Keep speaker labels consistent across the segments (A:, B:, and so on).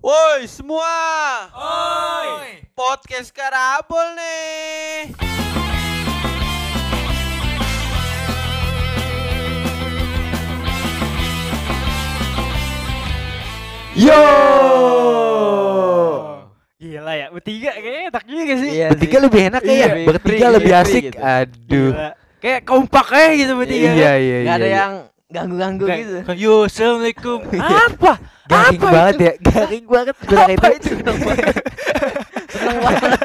A: Woi semua,
B: Oi.
A: podcast Karabol nih.
C: Yo.
B: Gila ya, bertiga kayaknya enak juga sih.
C: Iya, bertiga lebih enak ya.
B: Iya,
C: Bertiga lebih asik.
D: gitu.
C: Aduh.
B: Gila. Kayak kompak aja gitu bertiga.
C: Iya iya
D: Gak ada
C: iya.
D: yang ganggu-ganggu
B: Kayak,
D: gitu.
B: Yo, assalamualaikum. Apa?
C: Garing
B: Apa
C: banget ya. Garing banget bilang itu.
D: Seneng banget.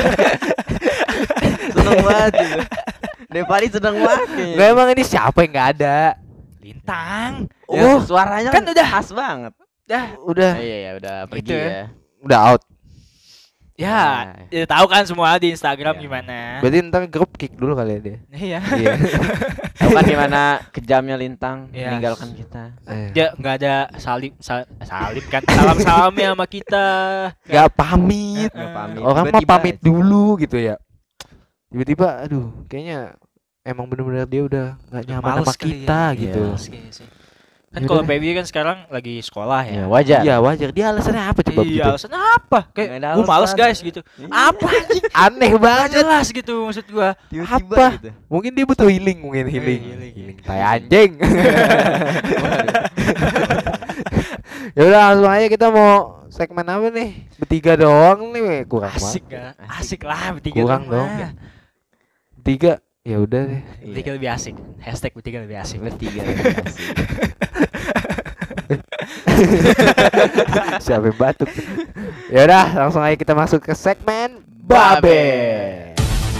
D: Seneng banget gitu. Devali seneng banget kayaknya.
C: Gak emang ini siapa yang gak ada?
B: Lintang.
D: Ya,
C: Oh,
D: suaranya
B: kan udah
D: khas banget.
B: Dah.
C: udah
D: Iya udah pergi
B: Gitu ya.
D: ya.
C: udah out.
B: Ya, ya tahu kan semua di Instagram
D: Iya.
B: gimana.
C: Berarti ntar grup kick dulu kali ya dia.
B: Iya.
C: Iya.
D: Tahu kan gimana kejamnya Lintang
B: Iya.
D: meninggalkan kita.
B: Dia nggak ada salib kan salamnya sama kita.
C: Gak pamit.
D: Nggak pamit.
C: Orang mah
D: Tiba-tiba
C: pamit
D: aja.
C: dulu gitu ya. Tiba-tiba aduh, kayaknya emang bener-bener dia udah gak nyaman sama kita
B: ya.
C: gitu.
B: Males kayaknya sih. Kan
C: Yaudah
B: kalau
C: deh.
B: Baby kan sekarang lagi sekolah ya.
D: Ya wajar.
C: Iya wajar. Dia alasannya apa coba begitu?
B: Iya, alasan apa? Kayak
D: Nggak ada
B: gue males
D: alasan.
B: guys gitu.
D: Iya.
B: Apa anjing?
C: Aneh
B: Nggak
C: banget.
B: jelas gitu maksud gua.
D: Tiba-tiba
C: Apa?
D: gitu.
C: Mungkin dia butuh healing, mungkin healing.
B: healing.
C: Tai anjing. Ya udah langsung aja kita mau segmen apa nih? Bertiga doang nih, kurang
B: Asik
C: banget.
B: gak? Asik lah bertiga
C: Kurang
B: doang.
C: dong. Bertiga, ya udah deh.
B: Bertiga lebih asik. Hashtag bertiga lebih asik.
D: Bertiga.
C: Siapa yang batuk? Ya udah, langsung aja kita masuk ke segmen Babe.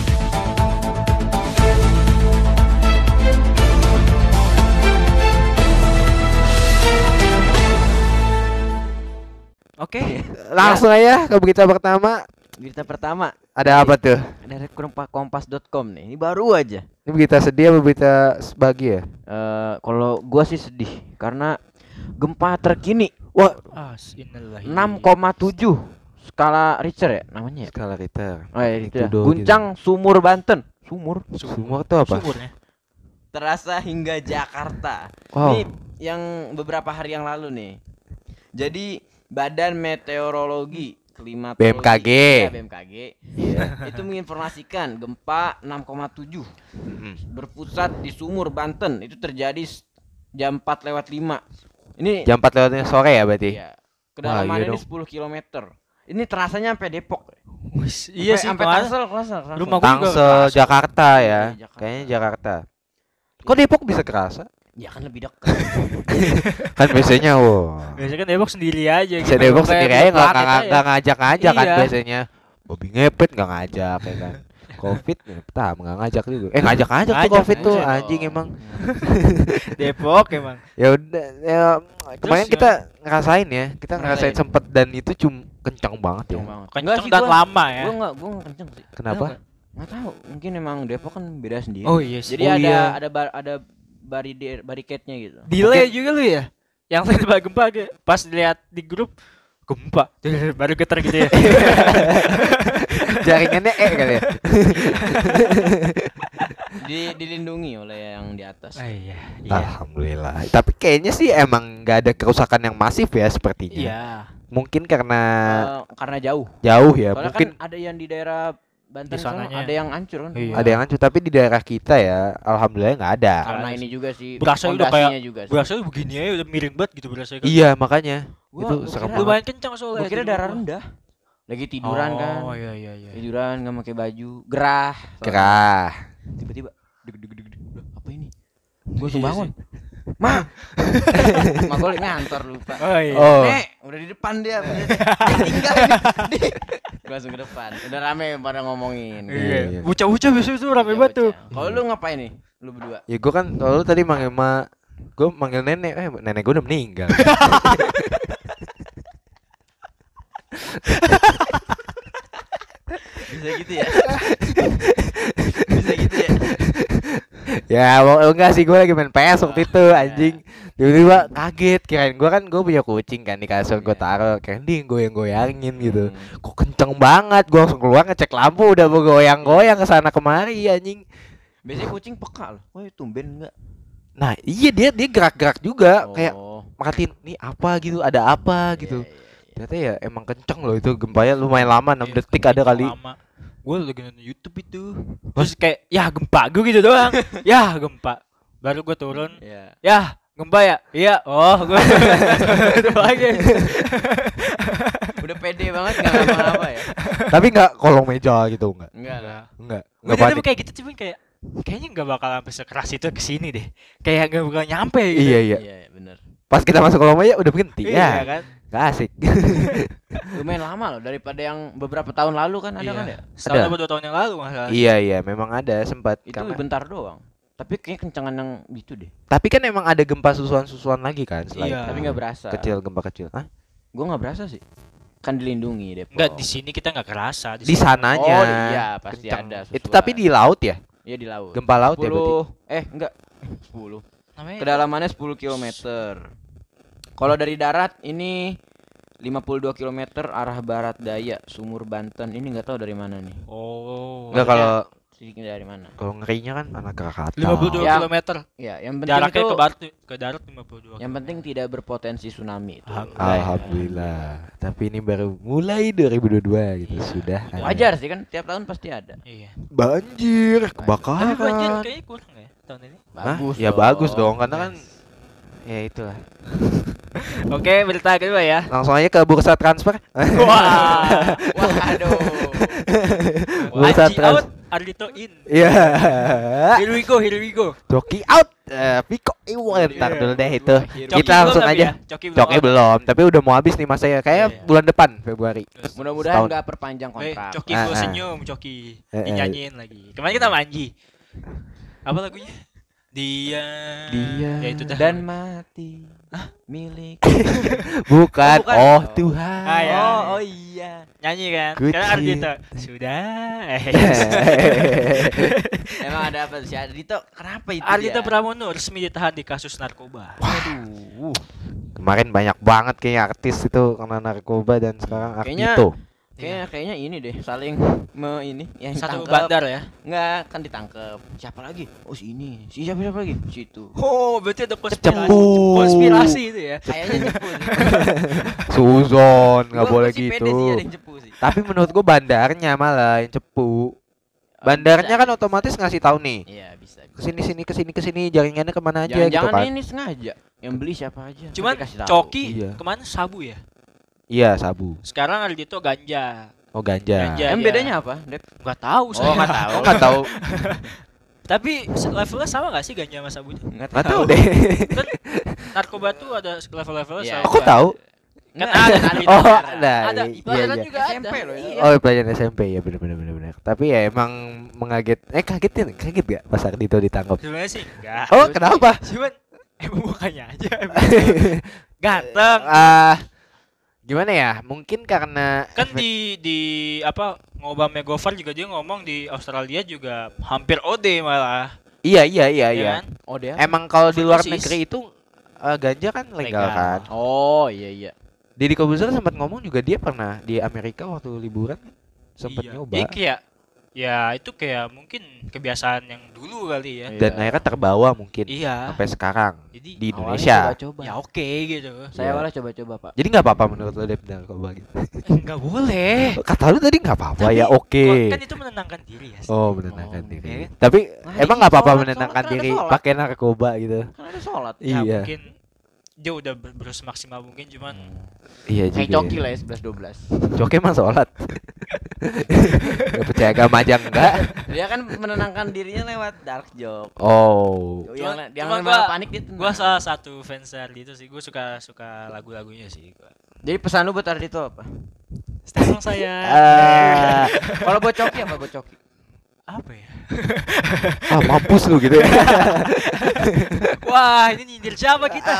B: Oke.
C: Langsung aja ke berita pertama.
D: Berita pertama
C: Ada apa tuh?
D: dari kompas.com nih. Ini baru aja.
C: Ini berita sedih apa berita bahagia?
D: Kalau gua sih sedih karena gempa terkini
C: Wah,
B: Innalillahi.
D: 6,7 skala Richter ya namanya ya.
C: skala Richter.
D: Oh iya, itu ya.
C: Magnitudo
D: Guncang Sumur Banten. Sumur
C: Sumur tuh apa?
B: Sumurnya.
D: terasa hingga Jakarta.
C: Wow.
D: Ini yang beberapa hari yang lalu nih. Jadi Badan Meteorologi Klimatologi
C: BMKG.
D: ya, BMKG itu menginformasikan gempa 6,7 berpusat di Sumur Banten. Itu terjadi jam 4:05. Ini
C: Jam 4 lewatnya sore ya berarti?
D: ya, kedalamannya
C: iya
D: ini
C: dong.
D: 10 km. Ini terasanya sampai Depok.
B: Iya sih,
D: Sampai
B: kemarin
D: Tangsel, kerasa.
B: rumah gua juga
C: Tangsel,
B: kerasa.
C: Jakarta ya.
D: Iya, Jakarta.
C: Kayaknya Jakarta. Kok Depok bisa kerasa?
D: Ya kan lebih dekat.
C: Kan biasanya
B: Biasanya kan Depok sendiri aja gitu.
C: Bisa Depok
B: Kayak
C: sendiri aja
B: planet aja.
C: nggak ngajak-ngajak kan
B: Iya.
C: biasanya. Babi ngepet nggak ngajak ya kan. Covid pertama nggak ngajak juga. Ngajak-ngajak tuh
B: Ngajak,
C: Covid tuh
D: ngajak
C: anjing
D: dong.
C: emang.
B: Depok emang.
C: Ya udah ya, kemarin
B: Terus,
C: kita ngerasain ya. Kita ngerasain
D: Ngerasain.
C: sempet dan itu kencang banget ya.
D: Kenceng banget. Enggak
B: Kenceng
D: sih,
B: dan
D: gua-
B: lama ya.
D: Gua enggak kenceng sih.
C: Kenapa?
D: Nggak tahu, mungkin emang Depok kan beda sendiri.
B: Oh iya sih.
D: Jadi
C: Oh
D: ada
C: iya.
D: ada bariketnya gitu.
B: Delay juga lu ya. Yang tiba gempa pas dilihat di grup gempa baru getar gitu ya.
C: Jaringannya kali ya.
D: Dilindungi oleh yang di atas.
B: Iya.
C: Alhamdulillah. Tapi kayaknya sih emang nggak ada kerusakan yang masif ya sepertinya.
B: Iya.
C: Mungkin karena
D: Karena jauh.
C: jauh ya.
D: Soalnya
C: Mungkin
D: kan ada yang di daerah Banten
B: Di
D: sana
B: sananya.
D: ada yang hancur kan.
B: Iya.
C: ada yang hancur. Tapi di daerah kita ya, alhamdulillah nggak ada.
D: Karena ini juga sih
B: Berasa udah
D: fondasinya
B: kayak-
D: juga sih.
B: Berasa begini aja udah miring banget gitu berasa kan.
C: Iya makanya.
D: Gua-
C: Itu
D: gua
C: serem
D: kira-
C: banget.
B: Lumayan kencang soalnya.
D: Gua kira
B: di
D: daerah
B: rumah.
D: rendah. Lagi tiduran kan.
B: Oh iya iya iya.
D: Tiduran enggak pakai baju, gerah.
C: Gerah.
D: Tiba-tiba deg deg deg deg. Apa ini? Gua langsung
B: Iya
D: bangun.
B: sih.
D: Ma. Ma gua lagi ngantor lupa.
B: Oh iya.
C: Oh.
D: Nek, udah di depan dia. Tinggal di. Gua langsung ke depan. Udah rame pada ngomongin.
B: Iya.
C: Iya.
B: Bocah-bocah biasanya tuh rame banget tuh.
D: Kalau lu ngapain nih? Lu berdua.
C: Ya gue kan kalau lu tadi manggil gue manggil nenek. Nenek gue udah meninggal.
D: Bisa gitu ya? Bisa gitu ya?
C: Ya enggak sih, gue lagi main PS waktu itu anjing. Tiba-tiba kaget, kirain gue punya kucing kan di kasur, gue taruh kirain dia goyang-goyangin gitu. Kok kenceng banget, gue langsung keluar ngecek lampu udah bergoyang-goyang ke sana kemari anjing.
D: Biasanya kucing peka loh. Woi, tumben enggak?
C: Nah iya dia gerak-gerak juga
D: Oh,
C: kayak merhatiin nih apa gitu, ada apa gitu.
D: iya.
C: Ternyata ya emang kenceng loh itu gempanya lumayan lama 6
B: Iya,
C: detik
B: kan
C: ada
B: itu
C: kali.
B: lama. Gue lagi nonton YouTube itu. Terus kayak ya gempa gue gitu doang. Ya gempa. Baru gue turun.
D: Iya.
B: Ya gempa ya. Iya. Oh gue itu lagi.
D: Udah pede banget enggak ngapa-ngapa ya.
C: Tapi enggak kolong meja gitu enggak.
D: Enggak lah.
C: Enggak.
B: Gue
C: Enggak
B: tadi
C: panik.
B: kayak gitu cuman kayak kayaknya nggak bakal sampai sekeras itu ke sini deh. Kayak nggak bakal nyampe gitu.
C: Iya iya.
D: Iya, bener.
C: Pas kita masuk kolong meja udah berhenti
B: Iya
C: ya.
B: kan.
C: Gak asik.
D: Lumayan lama loh daripada yang beberapa tahun lalu kan ada kan ya.
B: Setahun
C: Ada.
B: atau 2 tahun yang lalu masalah.
C: Iya iya memang ada sempat
D: Itu
C: karena
D: bentar doang. Tapi kayak kencangan yang gitu deh.
C: tapi kan emang ada gempa susulan-susulan lagi kan selain
B: Iya.
D: Tapi nggak berasa.
C: kecil gempa kecil. Hah?
D: Gua nggak berasa sih. Kan dilindungi Depok.
B: Enggak di sini kita nggak kerasa
C: Di sananya.
D: Oh iya pasti
C: kenceng.
D: ada.
C: Itu
D: susulan.
C: tapi di laut ya?
D: Iya di laut.
C: Gempa laut ya berarti?
D: 10 enggak 10.
B: namanya.
D: Kedalamannya 10 km. Kalau dari darat ini 52 km arah barat daya Sumur Banten. Ini nggak tahu dari mana nih.
B: Oh.
C: Enggak kalau
D: Sedikit dari mana?
C: kalau ngerinya kan anak Krakatau.
B: 52
D: Ya.
B: km.
D: Ya, yang penting
B: Jaraknya
D: itu
B: ke darat 52
D: yang penting tidak berpotensi tsunami itu.
C: Alhamdulillah. Tapi ini baru mulai 2022 gitu sudah. ada.
D: Wajar sih kan tiap tahun pasti ada.
B: Iya.
C: Banjir,
B: Tapi banjir
C: kebakaran.
B: kayaknya kurang ya tahun ini.
C: Hah?
D: Bagus.
C: Ya bagus dong karena kan ya itulah.
B: Oke, berita kedua ya.
C: Langsung aja ke bursa transfer.
B: Wah.
D: Waduh.
C: Bursa
B: Aji
C: trans-
B: out, Ardito in.
C: Iya.
B: Here we go, here we go.
C: Joki out. Piko Iwan. Ntar dulu deh itu.
D: Coki
C: Kita langsung
B: belum tapi
C: aja.
B: ya? Coki
C: Coki
B: out.
C: belum, tapi udah mau habis nih masa ya. Kayak
B: Iya.
C: bulan depan Februari.
B: Terus,
D: Mudah-mudahan
C: Setahun.
D: nggak perpanjang
B: eh,
D: kontrak.
B: Coki
C: Ah,
B: full
C: ah.
B: senyum, Coki.
C: Eh,
B: Dinyanyiin lagi. Kemarin kita manji. Apa lagunya? Dia.
D: Dia
B: Ya itu dah.
D: dan mati milik.
C: Bukan.
D: Oh, bukan.
C: Oh, Tuhan.
B: Ah, ya.
D: Oh iya.
B: Nyanyi kan?
C: Good
B: Karena Ardito
C: shit.
B: sudah.
D: Emang ada apa sih Ardito? Kenapa itu
B: Ardito
D: dia?
B: Pramono resmi ditahan di kasus narkoba.
D: Waduh.
C: Kemarin banyak banget kayaknya artis itu kena narkoba dan sekarang
D: Kayaknya-
C: Ardito.
D: Kayaknya ini deh saling ini yang
B: Satu
D: ditangkep.
B: bandar ya.
D: Enggak kan ditangkep. Siapa lagi? Oh si ini. Si siapa lagi? Situ.
B: Oh, berarti ada konspirasi.
C: Cepu.
B: Konspirasi itu ya.
D: Kayaknya cepu sih.
C: Suzon nggak
D: Gua
C: boleh
D: sih
C: gitu.
D: pede sih ada yang cepu sih.
C: Tapi menurut gua bandarnya malah yang cepu. Bandarnya kan otomatis ngasih tahu nih.
D: Iya bisa.
C: Kesini jaringannya kemana aja gitu
D: Jangan-jangan
C: kan.
D: ini sengaja. Yang beli siapa aja.
B: Cuman
D: Tapi kasih tahu.
B: Coki
C: Iya.
B: kemana sabu ya?
C: Iya sabu.
B: Sekarang Ardito ganja.
C: Oh ganja.
B: Ganja.
D: Em
B: Iya.
D: bedanya apa, Dep?
B: Enggak tahu saya.
D: Oh, nggak tahu.
C: Oh nggak tahu.
B: Tapi levelnya sama gak sih ganja sama sabunya?
D: Enggak
C: Nggak tahu deh.
B: Kan narkoba tuh ada level-levelnya
D: Iya.
B: sama.
C: Aku tahu.
B: Kan
D: Nggak,
B: ada.
C: Oh
D: ada.
C: ada.
B: Ada
C: Iya
B: pelajaran
C: iya.
B: juga
D: SMP
B: ada.
D: loh itu.
B: Iya.
C: Oh pelajaran SMP ya benar. Tapi ya emang kaget gak pas Ardito ditangkap?
B: Sebenarnya sih enggak.
C: Oh kenapa?
B: Cuman emang mukanya aja. Ganteng.
C: Gimana ya? Mungkin karena
B: Kan di apa ngobamnya Gofar juga dia ngomong di Australia juga hampir OD malah.
C: iya
B: Ya
C: iya.
B: kan?
D: Oh dia.
C: Emang kalau di luar
B: Overdosis.
C: negeri itu ganja kan legal
B: Legal.
C: kan.
D: Oh iya.
C: Deddy Corbuzier sempat ngomong juga dia pernah di Amerika waktu liburan sempat
B: Iya.
C: nyoba
B: Dia kayak ya itu kayak mungkin kebiasaan yang dulu kali ya.
C: dan
D: Iya.
C: akhirnya terbawa mungkin
B: Iya.
C: sampai sekarang
B: Jadi
C: di
D: Awalnya
C: Indonesia.
D: coba-coba.
B: ya oke gitu.
D: Saya
C: Iya.
D: awalnya coba-coba, Pak.
C: Jadi nggak apa-apa menurut lo Dep narkoba gitu.
B: Enggak boleh.
C: Kata lu tadi nggak apa-apa
B: Tapi
C: ya oke.
B: Kan itu menenangkan diri ya.
C: Oh menenangkan
D: Oh,
C: diri.
B: iya kan?
C: Tapi
D: Nah,
C: emang
D: iya,
C: nggak apa-apa
D: sholat,
C: menenangkan
D: sholat,
C: diri
D: sholat.
C: pakai narkoba gitu.
D: Kan ada sholat.
B: Ya
C: Iya.
B: mungkin dia udah berusaha maksimal mungkin cuman
C: Iya
D: Kayak
C: juga.
D: Coki
C: ya.
D: lah ya 11-12.
C: Coki emang sholat. Gak percaya agama aja enggak.
D: Dia kan menenangkan dirinya lewat dark joke.
C: Oh.
D: Yang
B: cuma
D: malah panik dia tenang.
B: gua salah satu fans Ardito sih. Gua suka lagu-lagunya sih gua.
D: Jadi pesan lu buat Ardito apa?
B: Tolong saya.
C: Ah,
D: Kalau buat Coki apa buat Coki?
B: Apa ya?
C: mampus lu gitu ya.
B: Wah, ini nyindir siapa kita?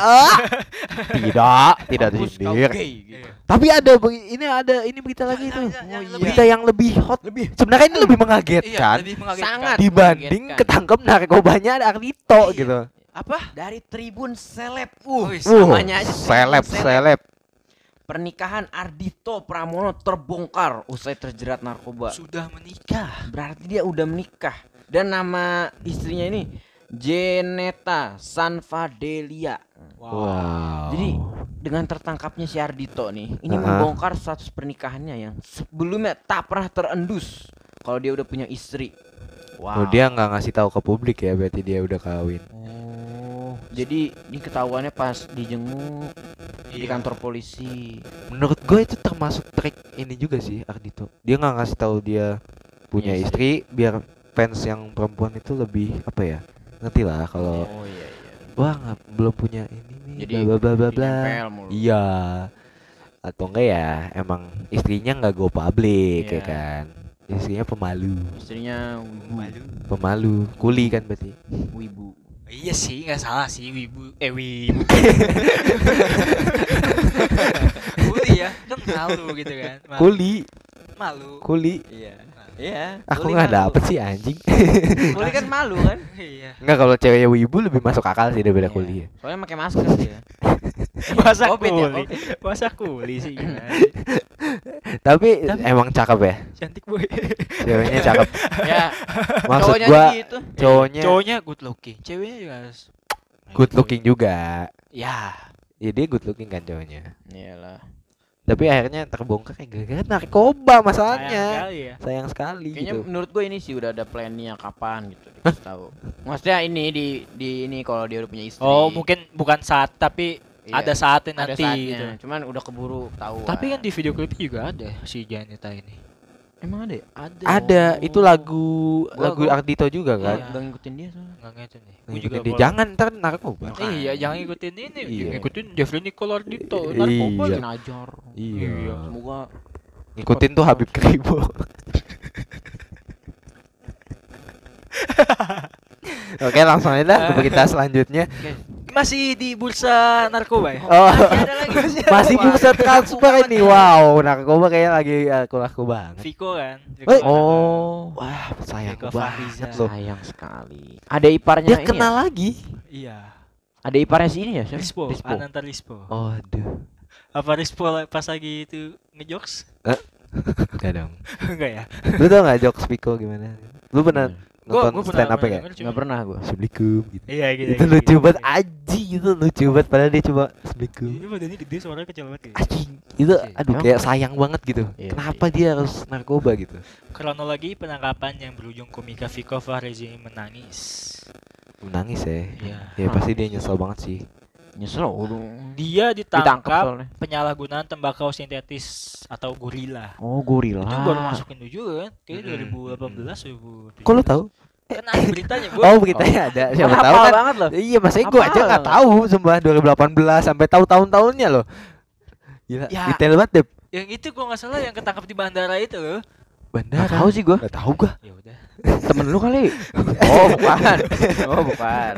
C: Tidak
D: Hapus kau
C: disindir.
D: gay, gitu.
C: Tapi ini berita lagi itu.
B: yang lebih-
C: Berita yang lebih hot. Sebenarnya ini lebih mengagetkan
B: Iya, lebih mengagetkan.
D: Sangat.
C: dibanding
D: mengagetkan.
C: ketangkep narkobanya ada Ardito
B: Iya.
C: gitu.
B: Apa?
D: Dari Tribun Seleb.
B: Wih,
D: Namanya aja Tribun
C: seleb.
D: Pernikahan Ardito Pramono terbongkar usai terjerat narkoba.
B: Sudah menikah.
D: Berarti dia udah menikah. Dan nama istrinya ini Jeneta Sanfadelia.
C: Wow.
D: Jadi dengan tertangkapnya si Ardhito nih, ini
C: Heeh.
D: membongkar status pernikahannya yang sebelumnya tak pernah terendus kalau dia udah punya istri.
C: Oh, dia nggak ngasih tahu ke publik ya, berarti dia udah kawin.
D: Oh, jadi ini ketahuannya pas dijenguk di
B: Iya.
D: kantor polisi.
C: Menurut gue itu termasuk trik ini juga sih Ardhito. Dia nggak ngasih tahu dia punya
D: Iya sih.
C: istri biar fans yang perempuan itu lebih apa ya? Ngerti lah kalau
D: Oh iya.
C: wah belum punya ini nih.
D: Jadi
C: bla bla bla bla.
D: nempel mulu.
C: Iya. Atau enggak ya emang istrinya nggak go public ya
D: Iya.
C: kan. Istrinya pemalu.
D: Istrinya
C: Pemalu, kuli kan berarti.
D: wibu.
B: Iya sih, nggak salah sih wibu. Wibu. Kuli ya, kan malu gitu kan. Malu.
C: Kuli,
B: Malu.
C: kuli.
D: Iya. Iya.
C: Aku
D: Kuli
C: nggak
D: malu.
C: dapet sih anjing.
D: Kuli kan malu kan?
B: Iya.
C: Enggak, kalau ceweknya wibu lebih masuk akal sih daripada
D: Iya.
C: kuli ya.
D: Soalnya pakai masker dia.
B: Masa
D: Covid ya,
B: kuli.
D: Covid.
B: Masa kuli sih gimana?
C: Tapi emang cakep ya.
B: Cantik boy.
C: Ceweknya cakep.
D: Ya.
C: Maksud
D: Cowoknya
C: gua
D: gitu.
C: cowoknya
B: Cowoknya good looking, ceweknya juga
C: good looking juga.
B: Ya.
C: Ya dia good looking kan cowoknya.
D: Iyalah.
C: Tapi akhirnya terbongkar kayak gara-gara narkoba
B: Sayang
C: masalahnya.
B: sekali ya.
C: Sayang sekali
D: Kayaknya
C: gitu.
D: menurut gue ini sih udah ada plannya kapan gitu dikasih tahu. Maksudnya ini di ini kalau dia udah punya istri.
B: Oh, mungkin bukan saat tapi
D: Iya,
B: ada saatnya
D: ada
B: nanti
D: saatnya.
B: gitu.
D: Cuman udah keburu tahu.
B: Tapi kan di video klipnya juga ada si Janita ini.
D: emang ada ya?
C: Ada itu lagu lagu
D: gua-
C: Ardhito juga kan.
B: Iya.
D: Enggak ngikutin dia soalnya.
B: Enggak ngerti nih. Gua
C: Ngikutin
B: juga
C: dia.
B: follow.
C: Jangan ntar narkoba.
B: Iya, jangan ikutin ini,
C: Iya.
B: ikutin Jeffrey Nicole Ardhito,
C: Iya.
B: narkoba
D: Makin
B: gitu.
D: ajar.
C: Iya.
D: Semoga
C: Ngikutin tuh Habib Kribo. Oke, langsung aja dah ke berita selanjutnya.
B: Masih di bursa narkoba ya?
C: Oh,
D: ada lagi.
C: masih bisa transfer ini. Wow, narkoba kayaknya lagi laku banget.
B: Viko kan. Viko
C: Eh,
B: kan.
C: oh, wah, sayang
B: Viko
C: banget
B: Fahriza.
C: loh.
D: Sayang sekali. Ada iparnya
C: Dia
D: ini
C: kena
D: ya?
C: lagi.
B: Iya.
D: Ada iparnya si ini ya? siapa?
B: Rispo, Ananta Rispo.
C: Oh, aduh.
B: Apa Rispo pas lagi itu ngejokes?
C: Enggak dong.
B: Enggak ya?
C: Lu tau gak jokes Piko gimana? Lu pernah nonton
B: Gua
C: stand up ya?
B: denger,
D: Enggak pernah gua.
C: Assalamualaikum gitu.
B: Iya gitu.
C: Itu lucu banget anjing, itu lucu banget padahal dia cuma Assalamualaikum.
B: Ini badannya gede, suaranya kecil banget kayak.
C: Anjing. Itu aduh
D: Emang?
C: kayak sayang banget gitu.
D: Iya,
C: Kenapa dia harus narkoba gitu?
B: Kronologi penangkapan yang berujung komika Viko Fahriza menangis.
C: Menangis ya.
B: Iya.
C: Ya pasti dia nyesel banget sih.
D: Nyesel udah.
B: Dia
D: Ditangkap
B: ditangkap
D: soalnya.
B: penyalahgunaan tembakau sintetis atau gorila.
D: Oh, gorila.
B: Itu baru masuk Indo juga kan? Kayaknya
C: Mm-mm.
B: 2018
C: Kok lu tahu?
B: Kan ada beritanya, Bro.
C: Oh, beritanya ada. Siapa
D: Hafal
C: tahu kan?
D: banget loh.
C: Iya, masanya gua aja
D: Hafal.
C: nggak tahu sumpah 2018 sampai tahu tahun-tahunnya loh. Gila,
B: Ya.
C: detail banget deh.
B: Yang itu gua nggak salah yang ketangkap di bandara itu loh.
C: Bandara.
D: Nggak tahu sih gua.
C: Nggak tahu gua.
B: Ya udah.
D: Temen lu kali. Oh, bukan. Oh, bukan.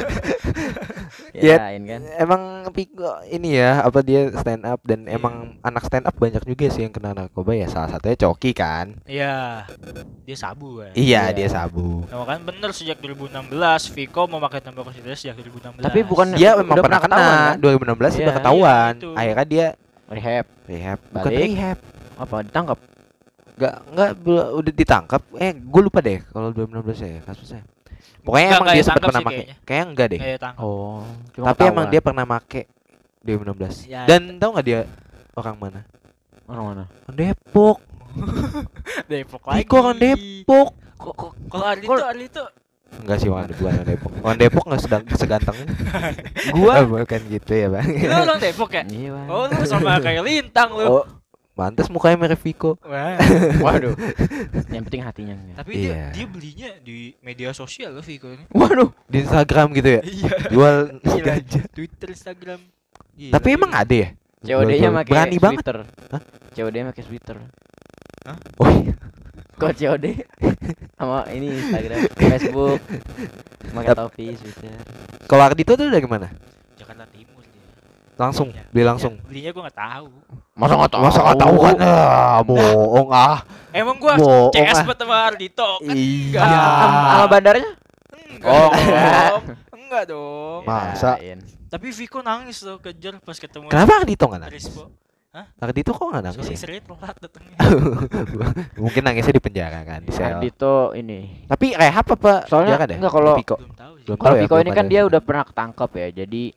C: Ya,
D: Kirain kan.
C: Emang Piko ini ya apa dia stand up dan emang anak stand up banyak juga sih yang kena narkoba ya, salah satunya Coki kan.
B: Iya. Dia sabu kan.
C: Iya,
D: Iya.
C: dia sabu.
B: Nah, kan bener sejak 2016 Viko memakai tembakau sintetis sejak 2016.
D: Tapi bukan-
C: Dia
D: Udah
C: memang pernah kena
D: ketahuan, kan?
C: 2016
D: Iya,
C: udah ketahuan.
B: iya, itu.
C: Akhirnya dia
D: Rehab.
C: rehab. Bukan
D: Balik.
C: rehab.
D: Apa ditangkap?
C: Enggak udah ditangkap. Gue lupa deh kalau 2016 ya kasusnya. Pokoknya
B: Enggak,
C: emang
B: nggak
C: dia sempat
B: ditangkap
C: pernah
B: sih
C: make.
B: kayaknya.
C: Kayaknya enggak deh.
B: Kayak tangkap.
D: Oh, cuma
C: Tapi emang
D: ketahuan.
C: dia pernah make 2016.
B: Ya.
C: Dan tahu nggak dia orang mana?
D: orang mana?
C: Orang Depok.
B: Depok lagi.
C: Viko orang Depok.
B: Kok kalau Arlito
C: Enggak sih, bukan orang Depok. Orang Depok enggak sedang seganteng.
B: Gua?
C: Bukan gitu ya, Bang.
B: lu orang Depok ya?
D: Iya, Bang.
B: Oh, lu sama kayak Lintang lu.
C: Oh, mantas mukanya mirip Viko.
B: Wah.
D: Waduh. Yang penting hatinya enggak.
B: Tapi
C: Iya.
B: dia belinya di media sosial loh Viko ini.
C: Waduh, di Instagram gitu ya.
B: Iya.
C: Jual
B: Gila.
C: ganja.
B: Twitter, Instagram. Gila,
C: Tapi emang ada ya?
D: COD-nya
C: Jual-
D: pakai
C: berani banget.
D: Twitter.
C: Hah?
D: COD-nya pakai Twitter.
C: Oh, iya.
D: Kok COD? Sama ini Instagram, Facebook. Pakai Topi, Twitter.
C: Kalau Ardhito tuh dari mana?
B: Jakarta Timur dia.
C: Langsung,
B: Belinya.
C: beli langsung.
B: Ya, belinya gua nggak tahu.
D: Masa enggak tahu?
C: Masa nggak tahu kan? Bohong ah.
B: Emang gua
C: Bohong
B: CS
C: ah.
B: buat sama Ardhito kan?
C: Iya.
D: Sama bandarnya?
B: Enggak
C: Oh,
B: dong. Enggak dong.
C: Masa?
D: Kirain.
B: Tapi Viko nangis loh kejar pas ketemu
C: Kenapa Ardhito nggak nangis?
B: Rispo.
C: Ardhito kok nggak nangis
B: Soalnya
C: ya?
B: istri telat datangnya.
C: Mungkin nangisnya di penjara kan, di sel.
D: Ardhito ini.
C: Tapi rehab apa?
D: Soalnya
C: Penjara deh?
D: enggak kalau
C: Viko.
B: Belum tahu sih.
C: Belum
D: kalau
C: tahu ya,
D: Viko
C: belum
D: ini kan
C: ada.
D: dia udah pernah ketangkep ya. Jadi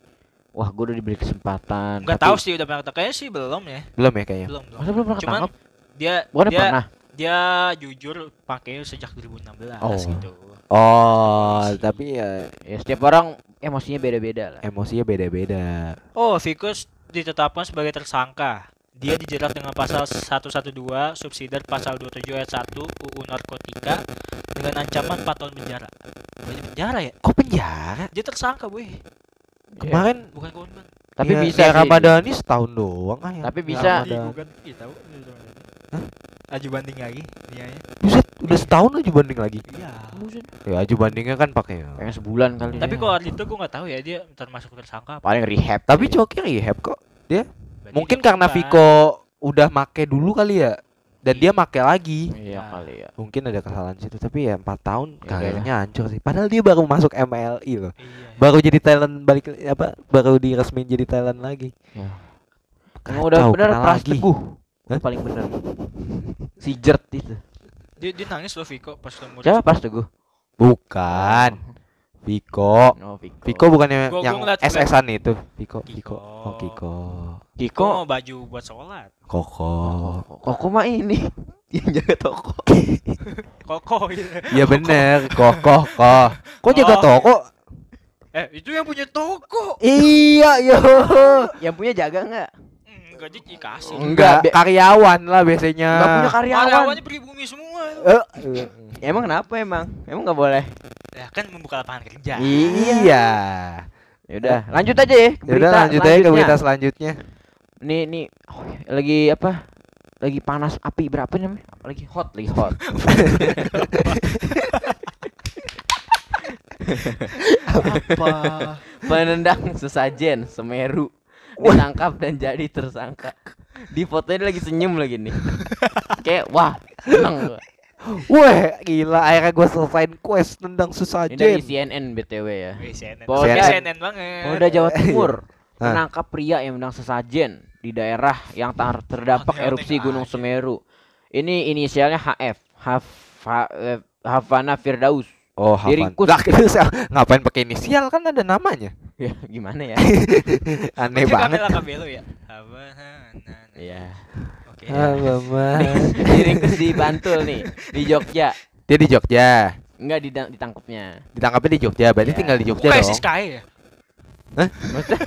D: wah gue udah diberi kesempatan.
B: Nggak
D: Tapi-
B: tahu sih udah pernah ketangkap. Kayaknya sih belum ya.
C: Belum ya kayaknya.
B: Belum.
D: Masa belum pernah
B: Cuman
D: ketangkap?
B: dia
D: Bukannya
B: dia
D: pernah.
B: dia jujur pakai sejak 2016
C: Oh.
B: gitu.
C: Oh, tapi ya
D: Ya setiap orang emosinya beda-beda lah.
C: emosinya beda-beda.
B: Oh, Vikus ditetapkan sebagai tersangka. Dia dijerat dengan pasal 112 subsidiar pasal 27 ayat 1 UU Narkotika dengan ancaman 4 tahun penjara. Banyak penjara ya?
C: Kok penjara?
B: Dia tersangka, boy.
C: Kemarin
B: Bukan korban.
D: Tapi
C: ya,
D: bisa
C: ya
D: sih.
C: Ramadhani setahun doang ah ya.
D: Tapi bisa.
C: Ramadan.
B: Bukan. Ih, tahu. Aju banding lagi dia ya.
C: Buset, udah setahun aja banding lagi.
B: Iya.
C: Ya aju bandingnya kan pakai.
D: Pengen sebulan kali.
B: Tapi
C: Iya.
B: kalau itu gue nggak tahu ya dia termasuk tersangka apa.
D: paling rehab.
C: Tapi
D: kali.
C: Coki rehab kok.
B: Berarti
C: Mungkin
B: dia
C: karena
B: korban.
C: Viko udah make dulu kali ya. Dan dia make lagi.
D: Iya kali ya.
C: Mungkin ada kesalahan situ, tapi ya 4 tahun
D: Ya
C: karirnya hancur sih. Padahal dia baru masuk MLI loh.
B: Iya.
C: Baru jadi talent balik apa? Baru diresmin jadi talent lagi.
D: Ya.
C: Kacau,
D: Emang udah bener
C: kena
D: Pras
C: lagi.
D: Teguh.
C: Hah?
D: Paling bener. Si Jert itu.
B: Dia nangis loh Viko pas ketemu.
D: Siapa Pras Teguh?
C: Bukan. Viko.
D: Oh, Viko.
C: Viko bukannya
B: Gua
C: yang
B: ngeliat
C: SS-an itu. Viko.
B: Kiko.
C: Oh, Kiko.
B: Kiko mau baju buat sholat.
C: Koko.
D: Koko mah ini yang jaga toko.
B: Koko gitu.
C: Iya bener, Koko. Kok jaga
B: Oh.
C: toko?
B: Itu yang punya toko.
C: Iya, yo.
D: Yang punya jaga enggak?
B: Enggak dikasih.
D: Enggak,
C: Karyawan lah biasanya.
D: Enggak punya karyawan.
B: Karyawannya pribumi semua.
D: Emang kenapa emang? Emang enggak boleh?
B: Ya kan membuka lapangan kerja.
C: Iya.
D: Ya udah, lanjut aja ya ke
C: Ya udah
D: berita
C: lanjut aja ke
D: selanjutnya.
C: berita selanjutnya.
D: Nih oh, lagi apa? Lagi panas api berapa namanya? Lagi hot.
B: Apa?
D: Penendang sesajen Semeru ditangkap dan jadi tersangka. Di fotonya dia lagi senyum lagi nih. Kayak wah, seneng gua.
C: Wah, gila akhirnya gue selesaiin quest tendang
D: Ini dari
C: sesajen.
D: CNN BTW ya.
B: Wih, CNN.
D: Polda-
B: CNN banget.
D: Polda Jawa Timur
C: Hah?
D: menangkap pria yang menendang sesajen di daerah yang terdampak
B: Aneh-aneh
D: erupsi Gunung
B: aja.
D: Semeru. Ini inisialnya HF, Havana Firdaus.
C: Oh, Havan.
D: Diringkus.
C: Lah, ngapain pakai inisial kan ada namanya.
D: Ya, gimana ya?
C: Aneh
B: Itu
C: banget.
B: Kamela Cabello ya. Apa?
D: Iya.
B: Oke.
D: Diringkus di Bantul nih, di Jogja.
C: Dia di Jogja.
D: Enggak ditangkapnya.
C: Ditangkapnya di Jogja, berarti
D: Iya.
C: tinggal di Jogja
B: Kayak
C: dong.
B: si Sky ya.
D: Maksudnya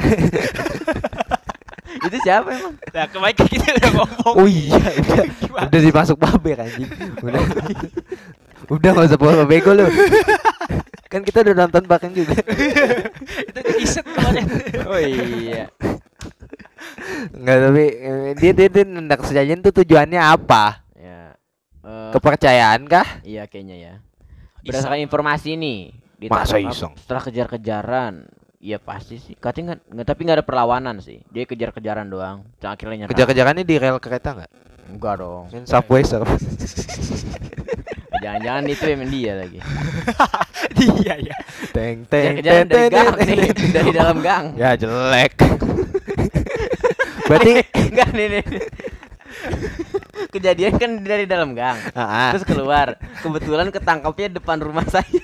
D: itu siapa emang?
B: Nah, kemarin kita udah ngomong.
C: Oh iya, udah dimasuk babe anjing. Udah enggak usah bawa bego lu. Kan kita udah nonton bahkan juga.
B: Itu di iset kemarin.
D: Oh iya.
C: Enggak, tapi dia nendang sesajen tuh tujuannya apa?
D: Ya.
C: Kepercayaan kah?
D: Iya kayaknya ya. Berdasarkan informasi nih,
C: Masa
D: ditangkap
C: iseng?
D: setelah kejar-kejaran. Iya pasti sih. Katanya nggak tapi nggak ada perlawanan sih. Dia kejar-kejaran doang. Terus akhirnya nyerah.
C: Kejar-kejarannya di rel kereta enggak?
D: Enggak dong.
C: Main subway service.
D: Jangan-jangan itu emang dia lagi.
B: Iya ya.
C: Teng teng
D: Kejar-kejaran dari gang
C: teng,
D: nih,
C: teng.
D: dari dalam gang.
C: Ya jelek. Berarti
D: Enggak nih. Kejadian kan dari dalam gang. Terus keluar. Kebetulan ketangkapnya depan rumah saya.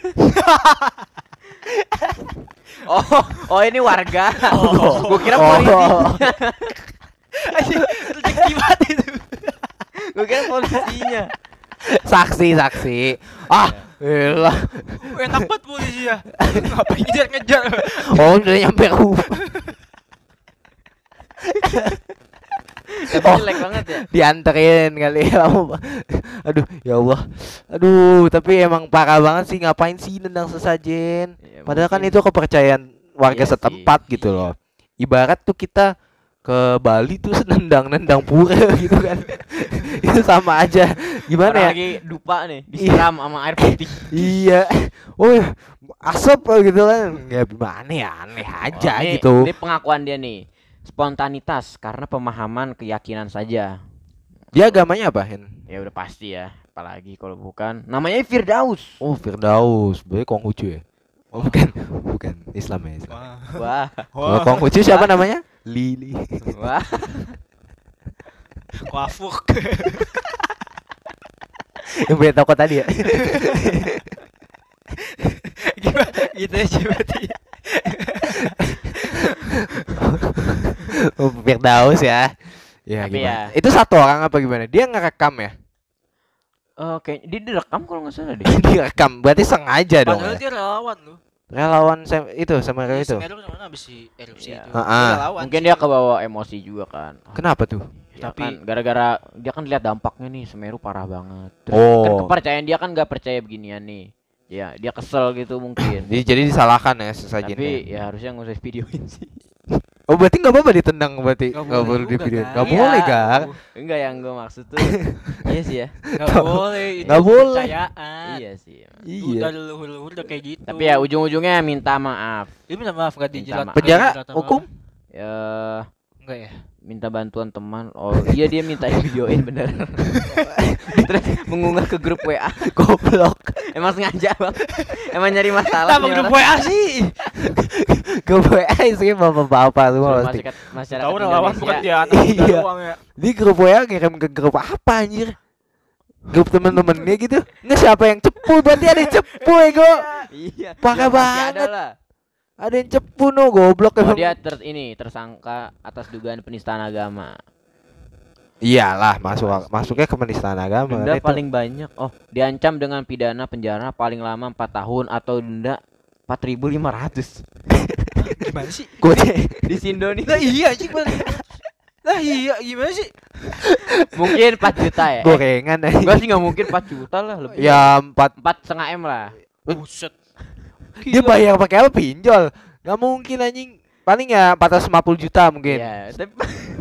D: Oh ini warga. Gua kira polisi.
B: Rezeki banget itu.
D: Gua kira polisinya.
C: saksi. Ah, elah.
B: Enak banget polisi ya. Ngapain ngejar-ngejar?
C: Oh, udah nyampe rumah.
D: Tapi jelek banget ya.
C: Dianterin kali ya. Aduh, ya Allah. Aduh, tapi emang parah banget sih, ngapain sih nendang sesajen?
D: Ya,
C: Padahal kan
D: mungkin.
C: itu kepercayaan warga
D: Iya sih,
C: setempat gitu loh. Ibarat tuh kita ke Bali tuh nendang pura gitu kan. Itu sama aja. Gimana
D: Orang
C: ya?
D: lagi dupa nih, disiram sama air putih.
C: Iya. Oh, asap gitu kan. Ya gimana ya, aneh aja
D: Oh,
C: gitu.
D: Ini pengakuan dia nih. Spontanitas karena pemahaman keyakinan saja.
C: Dia agamanya apa, Hen?
D: Ya udah pasti ya. Apalagi kalau bukan. Namanya Firdaus.
C: Oh, Firdaus. Berarti Konghucu ya? Oh, bukan Islam ya, Islam.
D: Wah.
C: Kalau Konghucu siapa namanya? Lili.
D: Wah.
B: Wafuk.
C: Yang punya toko tadi ya.
B: Gimana? Gitu aja berarti.
C: Firdaus ya. Ya
D: Tapi
C: gimana?
D: ya.
C: Itu satu orang apa gimana? Dia ngerekam ya?
D: Oke, dia direkam kalau nggak salah deh.
C: Direkam, berarti sengaja dong.
B: Padahal
C: Ya?
B: dia relawan loh.
C: Relawan itu sama
B: Iya,
C: itu.
B: Semeru kemana abis si erupsi
D: Iya.
B: itu.
C: Heeh.
B: Dia relawan
D: Mungkin
B: sih.
D: dia kebawa emosi juga kan.
C: Kenapa tuh?
D: Ya
B: Tapi-
D: kan gara-gara dia kan lihat dampaknya nih Semeru parah banget. Terus
C: Oh.
D: kan kepercayaan dia kan nggak percaya beginian nih. Ya, dia kesel gitu mungkin.
C: Jadi disalahkan ya sesajennya.
D: Tapi ya harusnya nggak usah videoin sih.
C: Oh berarti nggak apa-apa ditendang berarti?
B: Nggak
C: Nggak
B: boleh
C: boleh di
B: juga,
C: video.
B: Gang.
C: Nggak
D: Iya.
C: boleh Gang.
D: Enggak yang gue maksud tuh. Iya sih ya.
B: Nggak boleh. Itu
C: Nggak boleh.
B: kepercayaan.
D: Iya sih.
B: Itu
C: Iya.
B: dari leluhur-leluhur udah kayak gitu.
D: Tapi ya ujung-ujungnya minta maaf.
B: Dia minta maaf gak
D: Minta
B: dijerat.
D: maaf.
C: Penjara
B: dijerat sama
C: hukum?
D: Ya
B: Enggak ya?
D: minta bantuan teman. Oh iya dia minta videoin bener. Terus mengunggah ke grup WA.
C: Goblok.
D: Emang sengaja bang. Emang nyari masalah.
B: Kenapa
D: nih
B: grup
D: orang.
B: WA sih?
C: Gue WA sih bapak-bapak semua
D: Suruh
C: pasti.
D: masyarakat
B: Tahu relawan
D: Indonesia.
B: bukan dia anak
C: Iya.
B: muda doang ya.
C: Di grup WA ngirim ke grup apa anjir? Grup temen-temennya gitu. Nggak siapa yang cepu berarti ada yang cepu ego.
D: Iya.
C: Parah
D: ya, pasti
C: banget.
D: ada lah.
C: Ada yang cepu no goblok
D: Oh,
C: emang.
D: dia tersangka atas dugaan penistaan agama.
C: Iyalah masuknya ke penistaan agama.
D: Denda
C: kan itu.
D: paling banyak. Oh, diancam dengan pidana penjara paling lama 4 tahun atau denda 4.500.
B: Gimana sih?
C: Gua
D: Di Sindo nih.
B: Lah iya sih Bang. Lah iya gimana sih?
D: Mungkin 4 juta ya.
C: gorengan aja.
D: Gua sih nggak mungkin 4 juta lah lebih.
C: Ya
D: 4,5 M lah.
B: Buset.
C: dia bayar pakai apa pinjol? Gak mungkin anjing. Paling ya 450 juta mungkin.
D: Iya, tapi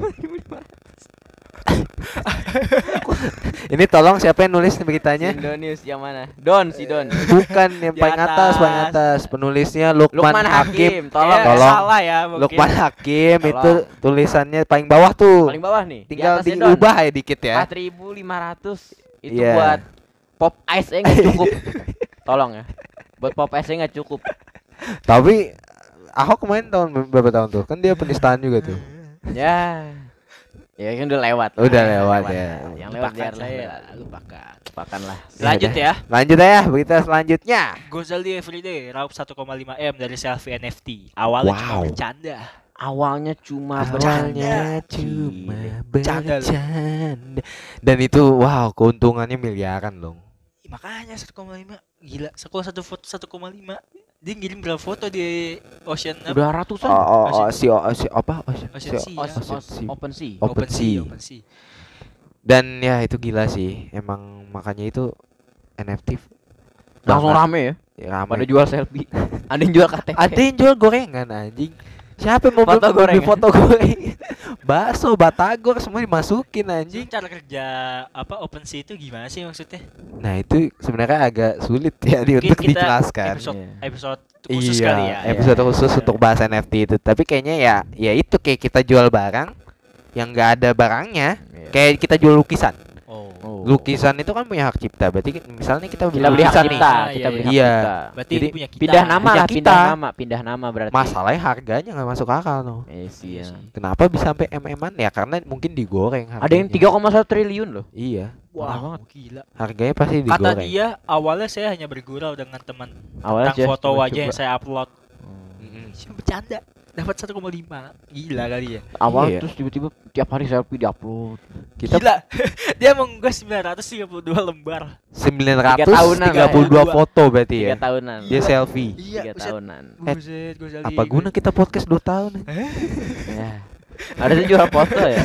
C: Ini tolong siapa yang nulis beritanya?
D: Sindo News yang mana? Don, si Don.
C: Bukan yang
B: Di
C: paling atas,
B: atas.
C: paling atas. Penulisnya Lukman,
D: Lukman
C: Hakim.
D: Hakim, tolong.
C: Tolong.
B: Salah ya mungkin.
C: Lukman Hakim
D: Tolong.
C: itu tulisannya paling bawah tuh.
D: Paling bawah nih.
C: Tinggal
D: di atasnya, Don.
C: diubah ya dikit ya.
D: 4.500 itu
C: Iya.
D: buat pop ice nggak cukup. Tolong ya. Buat pop ice nggak cukup.
C: Tapi Ahok kemarin tahun berapa tahun tuh? Kan dia penistaan juga tuh.
D: Ya. Ya kan udah lewat.
C: Udah
D: lah,
C: lewat ya.
D: lah. Yang lewat
B: Lupakan
D: biarlah
B: saya,
D: berlalu.
B: lupakan.
D: Lupakan lah.
B: Lanjut ya.
C: Lanjut ya berita selanjutnya.
B: Gozali Everyday raup 1,5 M dari selfie NFT. Awalnya cuma
C: Wow.
B: bercanda.
D: Awalnya cuma
C: Awalnya
D: bercanda.
C: cuma
B: Bercanda lu.
C: bercanda. Dan itu wow keuntungannya miliaran dong.
B: Ih, makanya 1,5 gila. Sekolah satu foto 1,5. Dia ngirim berapa foto di Ocean apa?
D: Udah ratusan.
C: Si apa?
B: Ocean Sea, ya.
D: Open Sea.
C: Open Sea.
B: Open Sea.
C: Dan ya itu gila sih. Emang makanya itu NFT
D: Langsung
C: banget.
D: rame ya.
C: Ya, rame.
D: Pada jual selfie. Ada yang jual KTP.
C: Ada yang jual gorengan anjing. Siapa yang mau
D: Foto
C: beli
D: gorengan.
C: foto gorengan? Bakso, batagor semua dimasukin
B: Jadi
C: anjing.
B: cara kerja apa Open Sea itu gimana sih maksudnya?
C: Nah, itu sebenarnya agak sulit ya
B: Mungkin
C: untuk
B: kita
C: dijelaskan.
B: Episode,
D: Iya.
B: episode khusus
C: Iya,
B: kali ya.
C: episode
D: Iya,
C: khusus
B: iya.
C: untuk bahas NFT itu. Tapi kayaknya ya itu kayak kita jual barang yang enggak ada barangnya,
D: Iya.
C: kayak kita jual lukisan.
B: Oh.
D: Oh.
C: Lukisan itu kan punya hak cipta. Berarti misalnya kita beli
D: Kita beli hak
C: lukisan nih.
D: cipta,
B: Ah,
D: kita
B: iya,
D: beli
C: iya.
D: hak cipta.
B: Berarti
C: Jadi,
B: ini punya kita.
D: Pindah nama
C: Punya
D: lah,
C: kita.
D: pindah nama berarti.
C: Masalahnya harganya nggak masuk akal no.
D: Iya.
C: Kenapa bisa sampai MM-an? Ya karena mungkin digoreng
D: Ada yang
C: harganya.
D: 3,1 triliun loh.
C: Iya,
B: Wah, gila.
C: harganya pasti
B: Kata
C: digoreng.
B: dia awalnya saya hanya bergurau dengan teman
D: Awalnya
B: tentang foto
D: coba-coba.
B: wajah yang saya upload.
C: Mm-mm.
B: Cuma bercanda. Dapat 1,5. Gila kali ya.
D: Awal
C: Iya.
D: terus tiba-tiba tiap hari selfie diupload.
C: Kita
B: Gila. Dia mengunggah 932 lembar.
C: 932
B: lah ya.
C: foto berarti
D: 3
C: ya.
D: tahunan.
C: Dia selfie.
B: Iya,
D: 3
B: buset.
D: tahunan.
B: Buset, Gozali.
C: Apa guna kita podcast 2 tahun?
D: Ya. Harusnya jual foto ya.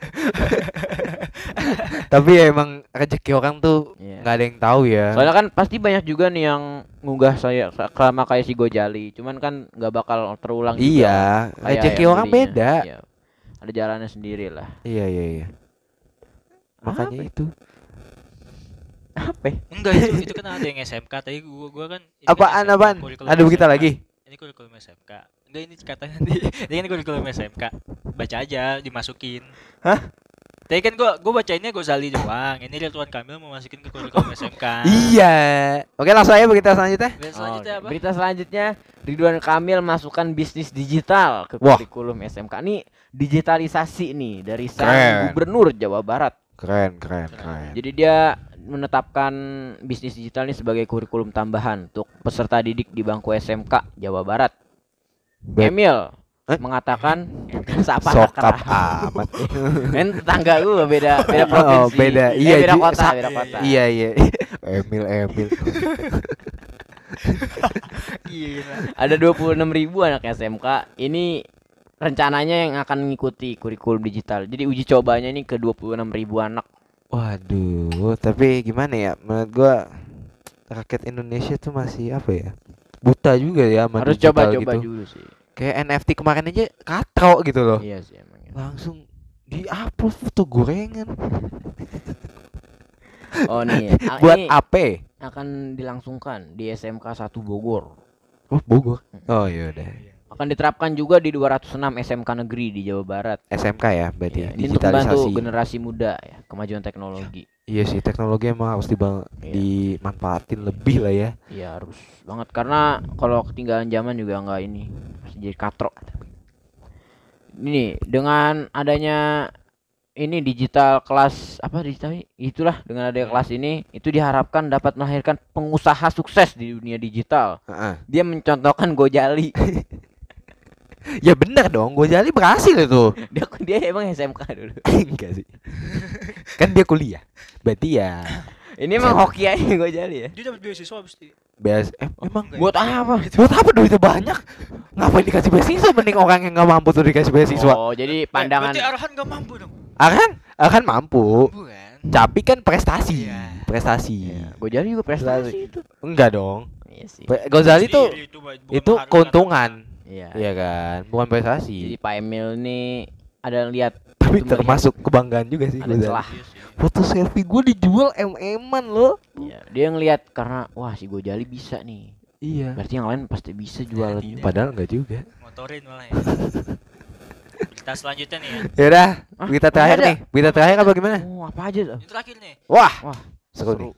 C: Tapi ya emang rezeki orang tuh
D: Iya.
C: nggak ada yang tahu ya.
D: Soalnya kan pasti banyak juga nih yang ngunggah saya sama kayak si Gojali. Cuman kan nggak bakal terulang juga.
C: Iya,
D: Kayak
C: rezeki
D: yang
C: orang
D: belinya.
C: beda.
D: Iya. Ada jalannya sendiri lah.
C: Iya, iya, iya. Makanya itu.
D: Apa? Ya?
B: Enggak itu kan ada yang SMK tadi gua kan ini
C: Apaan
B: kan SMK,
C: apaan?
B: kurikulum
C: Ada berita
B: SMK.
C: lagi?
B: Ini kurikulum SMK. Enggak ini katanya nih. Ini kan kurikulum SMK. Baca aja dimasukin.
C: Hah?
B: Tadi kan gua bacainnya Gozali doang. Ini Ridwan Kamil mau masukin ke kurikulum SMK.
C: Iya. Oke, langsung aja berita selanjutnya.
B: Dan selanjutnya apa?
D: Berita selanjutnya, Ridwan Kamil masukkan bisnis digital ke
C: Wah.
D: kurikulum SMK. Ini digitalisasi nih dari
C: Keren.
D: sang gubernur Jawa Barat.
C: Keren, keren, keren.
D: Jadi dia menetapkan bisnis digital ini sebagai kurikulum tambahan untuk peserta didik di bangku SMK Jawa Barat.
C: Baik.
D: Emil, mengatakan siapa
C: Sokap
D: Akra.
C: amat.
D: Kan tetangga gua beda
C: Oh,
D: provinsi.
C: beda.
D: Eh,
C: Iya,
D: beda
C: Ji.
D: kota,
C: Sa-
D: beda kota.
C: Iya, iya. Emil.
B: Gila.
D: Ada 26.000 anak SMK. Ini rencananya yang akan mengikuti kurikulum digital. Jadi uji cobanya ini ke 26.000 anak.
C: Waduh, tapi gimana ya? Menurut gua rakyat Indonesia tuh masih apa ya? Buta juga ya sama
D: Harus
C: digital
D: coba-coba
C: gitu.
D: dulu sih.
C: Kayak NFT kemarin aja katro gitu loh.
D: Iya sih emang.
C: Langsung di-upload foto gorengan.
D: Oh nih,
C: Buat
D: ini
C: apa?
D: akan dilangsungkan di SMK 1 Bogor.
C: Oh, Bogor. Oh, iya udah.
D: Akan diterapkan juga di 206 SMK negeri di Jawa Barat.
C: SMK ya berarti
D: Ya, ini untuk membantu
C: digitalisasi.
D: generasi muda ya, kemajuan teknologi.
C: Iya sih, teknologi emang harus
D: Iya.
C: dimanfaatin lebih lah ya.
D: Iya harus banget karena kalau ketinggalan zaman juga nggak ini pasti jadi katro. Ini dengan adanya ini digital kelas apa digital itulah dengan adanya kelas ini itu diharapkan dapat melahirkan pengusaha sukses di dunia digital.
C: Heeh.
D: Dia mencontohkan Gojali.
C: Ya bener dong, Gojali berhasil itu.
D: dia emang SMK dulu.
C: Enggak sih. Kan dia kuliah. Berarti ya
D: Ini emang hoki aja Gojali ya.
B: Dia dapat beasiswa pasti.
C: emang
D: Buat apa?
C: buat apa duitnya banyak? Ngapain dikasih beasiswa, mending orang yang nggak mampu tuh dikasih beasiswa.
D: Oh, jadi pandangan
B: Berarti Arhan gak mampu dong.
C: Akan mampu.
B: Bukan.
C: Tapi kan prestasi.
B: Iya.
C: Prestasi.
D: Gojali juga prestasi itu.
C: Enggak dong.
D: Iya sih.
C: Gozali tuh
B: Sendiri bukan
C: itu
B: mengharumkan
C: keuntungan.
D: Iya.
C: Iya kan? Bukan
D: Jadi
C: prestasi.
D: Pak Emil nih ada lihat
C: Tapi
D: itu
C: termasuk kebanggaan juga sih
D: ada
C: Gozali.
D: celah.
B: Iya sih.
C: Foto selfie gue dijual MM-an loh.
D: Iya, dia ngelihat karena wah si Gojali bisa nih.
C: Iya.
D: Berarti yang lain pasti bisa jualan
B: Iya,
D: juga.
C: Padahal enggak juga.
B: Motorin malah ya. Berita selanjutnya nih ya.
C: Yaudah,
D: Hah?
C: berita terakhir
D: Ada?
C: nih. Berita terakhir apa gimana?
D: Oh, apa aja tuh?
B: Ini terakhir nih.
C: Wah,
D: Wah,
C: seru nih.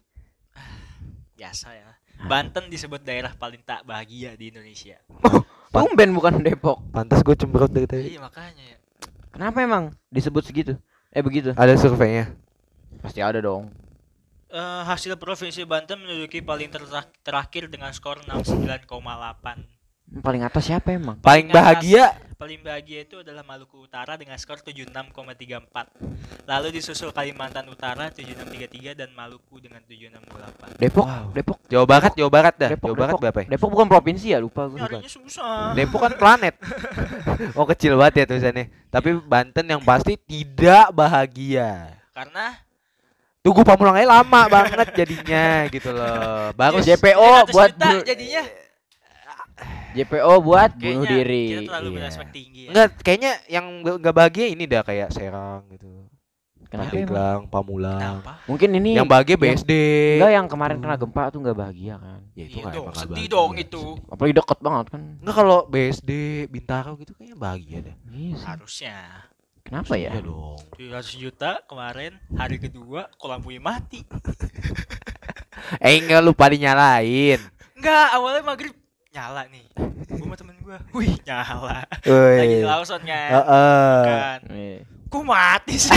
B: Biasa ya. Banten disebut daerah paling tak bahagia di Indonesia.
D: tumben bukan Depok.
C: Pantas gue cemberut dari tadi.
B: Iya makanya ya.
D: Kenapa emang disebut segitu? Begitu.
C: Ada surveinya.
D: Pasti ada dong.
B: Hasil Provinsi Banten menduduki paling terakhir dengan skor 69,8.
D: Paling atas siapa emang?
C: Paling bahagia
B: Paling bahagia itu adalah Maluku Utara dengan skor 76,34. Lalu disusul Kalimantan Utara 76,33 dan Maluku dengan 76,8.
D: Depok,
C: Wow.
D: Depok,
C: Jawa Barat dah.
D: Depok,
C: Jawa Barat
D: Depok.
C: berapa ya?
D: Depok bukan provinsi ya, lupa gue.
B: Nyarinya susah.
C: Depok kan planet. Oh, kecil banget ya tulisannya. Tapi Banten yang pasti tidak bahagia.
B: Karena
C: Tunggu pamulangnya lama banget jadinya gitu loh. Baru
D: JPO
B: 700
D: buat
B: juta
D: bunuh-
B: jadinya.
D: JPO buat bunuh
B: Kayaknya
D: diri.
B: kita terlalu
C: Iya.
B: berespek tinggi ya.
C: enggak, kayaknya yang enggak bahagia ini dah kayak Serang gitu.
D: Kenapa emang?
C: Pandeglang, Pamulang.
B: Kenapa?
D: Mungkin ini
C: Yang bahagia BSD.
D: enggak yang kemarin kena gempa tuh enggak bahagia kan.
C: Ya itu
B: Iya
C: nggak-
B: dong,
C: emang nggak
B: sedih
C: bahagia
B: dong
C: sih.
B: itu.
D: Apalagi deket banget kan.
C: Enggak, kalau BSD, Bintaro gitu kayaknya bahagia dah.
D: Iya sih.
B: Harusnya.
D: Kenapa ya?
C: Iya dong.
B: 700 juta kemarin hari kedua kok lampunya mati.
C: Enggak, lupa dinyalain.
B: Enggak, awalnya maghrib nyala nih. Gua sama temen gua, wih nyala. Lagi di
C: Woi.
B: Lawson kan.
C: Heeh.
B: Kan.
D: Iya.
B: Kok mati sih?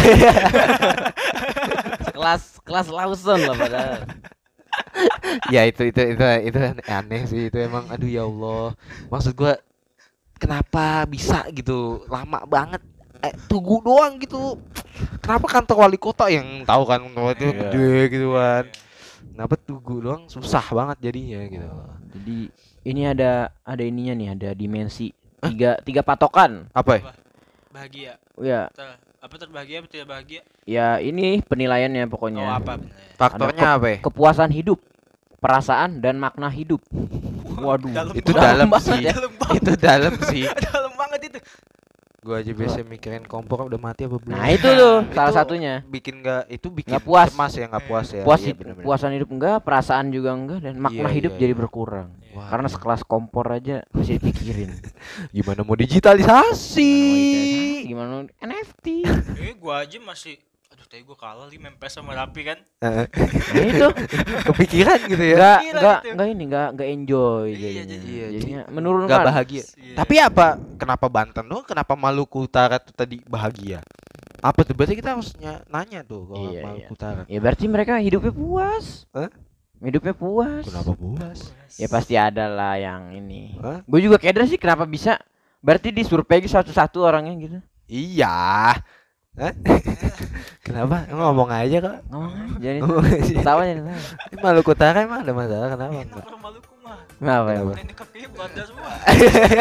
D: Kelas Lawson lah padahal.
C: Ya itu aneh sih itu emang, aduh ya Allah. Maksud gua kenapa bisa gitu lama banget, tunggu doang gitu. Kenapa kantor wali kota yang tahu kan itu
D: Iya.
C: gede gitu kan, kenapa tunggu doang susah banget jadinya gitu.
D: Jadi ini ada ininya nih, ada dimensi tiga patokan.
C: Apa ya?
B: Bahagia.
D: Ya,
B: Apa terbahagia apa tidak bahagia?
D: ya ini penilaiannya
B: Oh
D: pokoknya.
B: apa bener?
C: Faktornya apa ya?
D: Kepuasan hidup, perasaan dan makna hidup. Waduh,
C: Itu
B: banget.
C: dalam
D: banget
C: sih.
D: ya.
B: Dalam banget.
C: Itu dalam sih.
B: Dalam banget itu.
C: Gua aja biasa mikirin kompor udah mati apa belum.
D: Nah, itu tuh
C: Itu
D: salah satunya.
C: bikin bikin
D: Nggak puas.
C: cemas ya, nggak puas ya.
D: Puas
C: Iya, bener-bener.
D: puasan hidup enggak, perasaan juga enggak, dan makna
C: Iya,
D: hidup
C: iya,
D: jadi
C: iya.
D: berkurang.
C: Wah,
D: Karena sekelas kompor aja masih dipikirin.
C: gimana mau digitalisasi?
D: Gimana NFT?
B: Gua aja masih aduh tadi gua kalah 5 MP sama Rapi kan.
C: Heeh.
D: Nah, itu
C: Kepikiran gitu ya.
D: enggak
B: Gila
D: enggak enjoy
B: Iya,
D: jadinya.
C: iya,
D: Jadinya menurunkan.
C: Nggak bahagia.
B: Iya.
C: Tapi apa? Kenapa Banten doang? Kenapa Maluku Utara tuh tadi bahagia? Apa tuh? Berarti kita harus nanya tuh kalau
D: Iya,
C: Maluku
D: iya.
C: Utara.
D: Ya berarti mereka hidupnya puas.
C: Hah?
D: Hidupnya puas.
C: Kenapa puas?
D: Ya pasti ada lah yang ini.
C: Hah?
D: Gue juga keder sih kenapa bisa Berarti disurvei satu-satu orangnya gitu.
C: Iya. Hah? Kenapa? Ngomong aja kok.
D: Ngomong aja nih.
C: Ngomong aja.
D: Tahu aja nih.
C: Ini Maluku Utara emang ada masalah kenapa enggak?
B: Maluku mah.
D: Kenapa ya?
C: Kenapa?
B: Ini kepilih Belanda semua.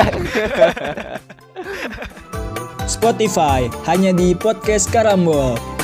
E: Spotify hanya di podcast Karambol.